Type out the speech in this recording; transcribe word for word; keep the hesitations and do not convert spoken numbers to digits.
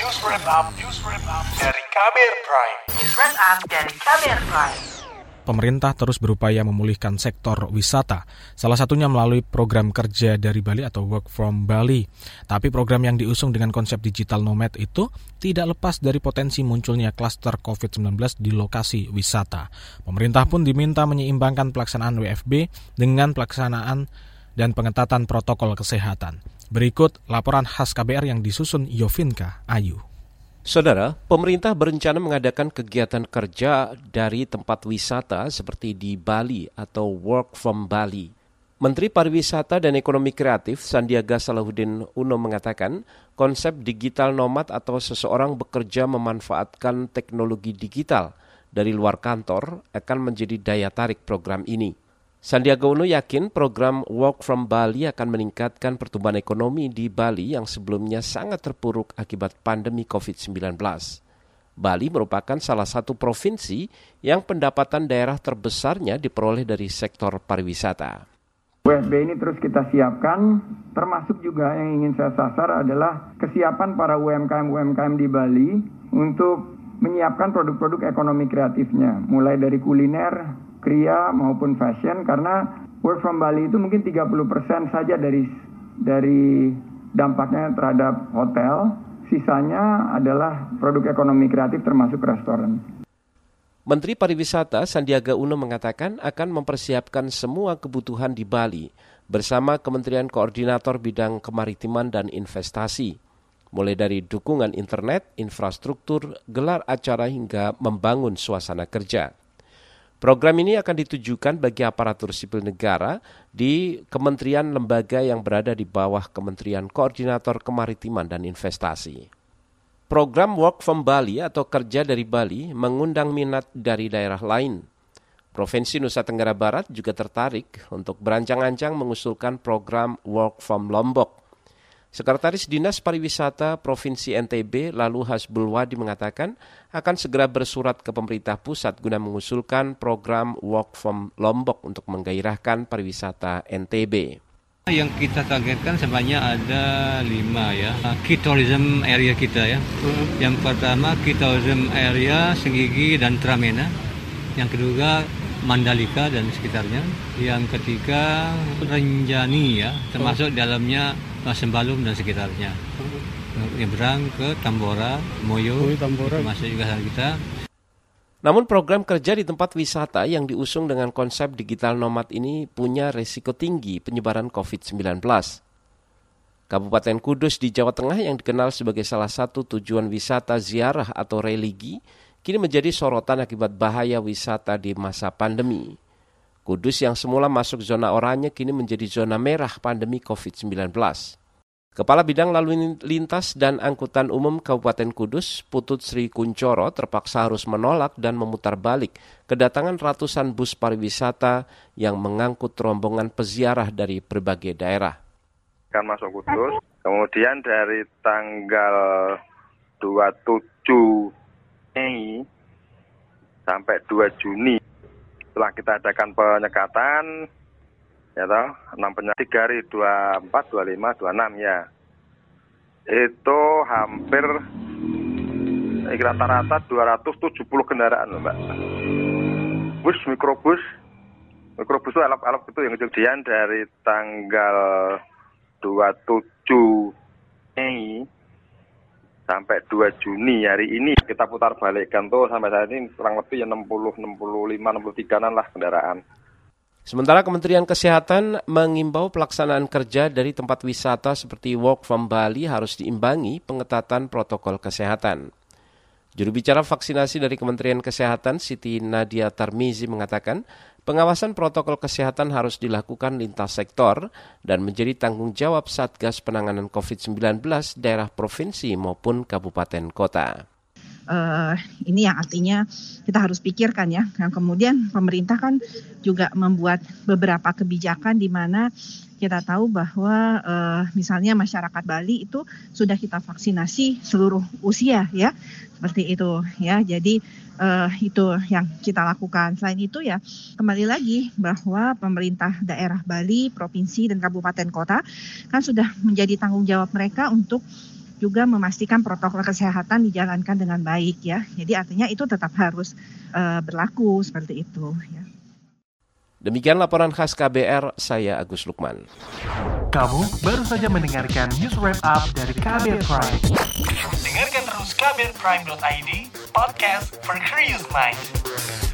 News Wrap Up, News Wrap Up dari Kamer Prime. News Wrap Up dari Kamer Prime. Pemerintah terus berupaya memulihkan sektor wisata, salah satunya melalui program kerja dari Bali atau Work from Bali. Tapi program yang diusung dengan konsep digital nomad itu tidak lepas dari potensi munculnya klaster covid sembilan belas di lokasi wisata. Pemerintah pun diminta menyeimbangkan pelaksanaan W F B dengan pelaksanaan dan pengetatan protokol kesehatan. Berikut laporan khas K B R yang disusun Yovinka Ayu. Saudara, pemerintah berencana mengadakan kegiatan kerja dari tempat wisata seperti di Bali atau Work from Bali. Menteri Pariwisata dan Ekonomi Kreatif Sandiaga Salahuddin Uno mengatakan konsep digital nomad atau seseorang bekerja memanfaatkan teknologi digital dari luar kantor akan menjadi daya tarik program ini. Sandiaga Uno yakin program Work from Bali akan meningkatkan pertumbuhan ekonomi di Bali yang sebelumnya sangat terpuruk akibat pandemi covid sembilan belas. Bali merupakan salah satu provinsi yang pendapatan daerah terbesarnya diperoleh dari sektor pariwisata. W F B ini terus kita siapkan, termasuk juga yang ingin saya sasar adalah kesiapan para U M K M-U M K M di Bali untuk menyiapkan produk-produk ekonomi kreatifnya, mulai dari kuliner, kria maupun fashion, karena Work from Bali itu mungkin tiga puluh persen saja dari dari dampaknya terhadap hotel, sisanya adalah produk ekonomi kreatif termasuk restoran. Menteri Pariwisata Sandiaga Uno mengatakan akan mempersiapkan semua kebutuhan di Bali bersama Kementerian Koordinator Bidang Kemaritiman dan Investasi, mulai dari dukungan internet, infrastruktur, gelar acara hingga membangun suasana kerja. Program ini akan ditujukan bagi aparatur sipil negara di kementerian lembaga yang berada di bawah Kementerian Koordinator Kemaritiman dan Investasi. Program Work from Bali atau kerja dari Bali mengundang minat dari daerah lain. Provinsi Nusa Tenggara Barat juga tertarik untuk berancang-ancang mengusulkan program Work from Lombok. Sekretaris Dinas Pariwisata Provinsi N T B Lalu Hasbul Wadi mengatakan akan segera bersurat ke pemerintah pusat guna mengusulkan program Work from Lombok untuk menggairahkan pariwisata N T B. Yang kita targetkan sebanyak ada lima ya, key tourism area kita ya. Yang pertama key tourism area Senggigi dan Tramena. Yang kedua Mandalika dan sekitarnya. Yang ketiga Renjani ya, termasuk dalamnya Sembalum dan sekitarnya. Nyebrang ke Tambora, Moyo, termasuk juga kita. Namun program kerja di tempat wisata yang diusung dengan konsep digital nomad ini punya resiko tinggi penyebaran covid sembilan belas. Kabupaten Kudus di Jawa Tengah yang dikenal sebagai salah satu tujuan wisata ziarah atau religi, kini menjadi sorotan akibat bahaya wisata di masa pandemi. Kudus yang semula masuk zona oranye kini menjadi zona merah pandemi covid sembilan belas. Kepala Bidang Lalu Lintas dan Angkutan Umum Kabupaten Kudus, Putut Sri Kuncoro, terpaksa harus menolak dan memutar balik kedatangan ratusan bus pariwisata yang mengangkut rombongan peziarah dari berbagai daerah. Kan masuk Kudus, kemudian dari tanggal dua puluh tujuh Mei sampai dua Juni setelah kita adakan penyekatan, ya toh, enam penyekatan, tiga hari, dua puluh empat, dua puluh lima, dua puluh enam ya. Itu hampir rata-rata dua ratus tujuh puluh kendaraan loh, Mbak. Bus, mikrobus, mikrobus itu alap-alap itu yang kejadian dari tanggal dua puluh tujuh Mei sampai dua Juni hari ini kita putar balikkan tuh sampai saat ini kurang lebih enam puluh, enam puluh lima, enam puluh tiga-an lah kendaraan. Sementara Kementerian Kesehatan mengimbau pelaksanaan kerja dari tempat wisata seperti Work from Bali harus diimbangi pengetatan protokol kesehatan. Juru bicara vaksinasi dari Kementerian Kesehatan Siti Nadia Tarmizi mengatakan pengawasan protokol kesehatan harus dilakukan lintas sektor dan menjadi tanggung jawab Satgas Penanganan covid sembilan belas daerah provinsi maupun kabupaten kota. Uh, ini yang artinya kita harus pikirkan ya. Yang kemudian pemerintah kan juga membuat beberapa kebijakan di mana kita tahu bahwa uh, misalnya masyarakat Bali itu sudah kita vaksinasi seluruh usia ya, seperti itu ya. Jadi uh, itu yang kita lakukan. Selain itu ya kembali lagi bahwa pemerintah daerah Bali, provinsi dan kabupaten kota kan sudah menjadi tanggung jawab mereka untuk juga memastikan protokol kesehatan dijalankan dengan baik ya. Jadi artinya itu tetap harus uh, berlaku seperti itu ya. Demikian laporan khas K B R, saya Agus Lukman. Kamu baru saja mendengarkan news wrap up dari K B R Prime. Dengarkan terus k b r prime dot i d, podcast for curious mind.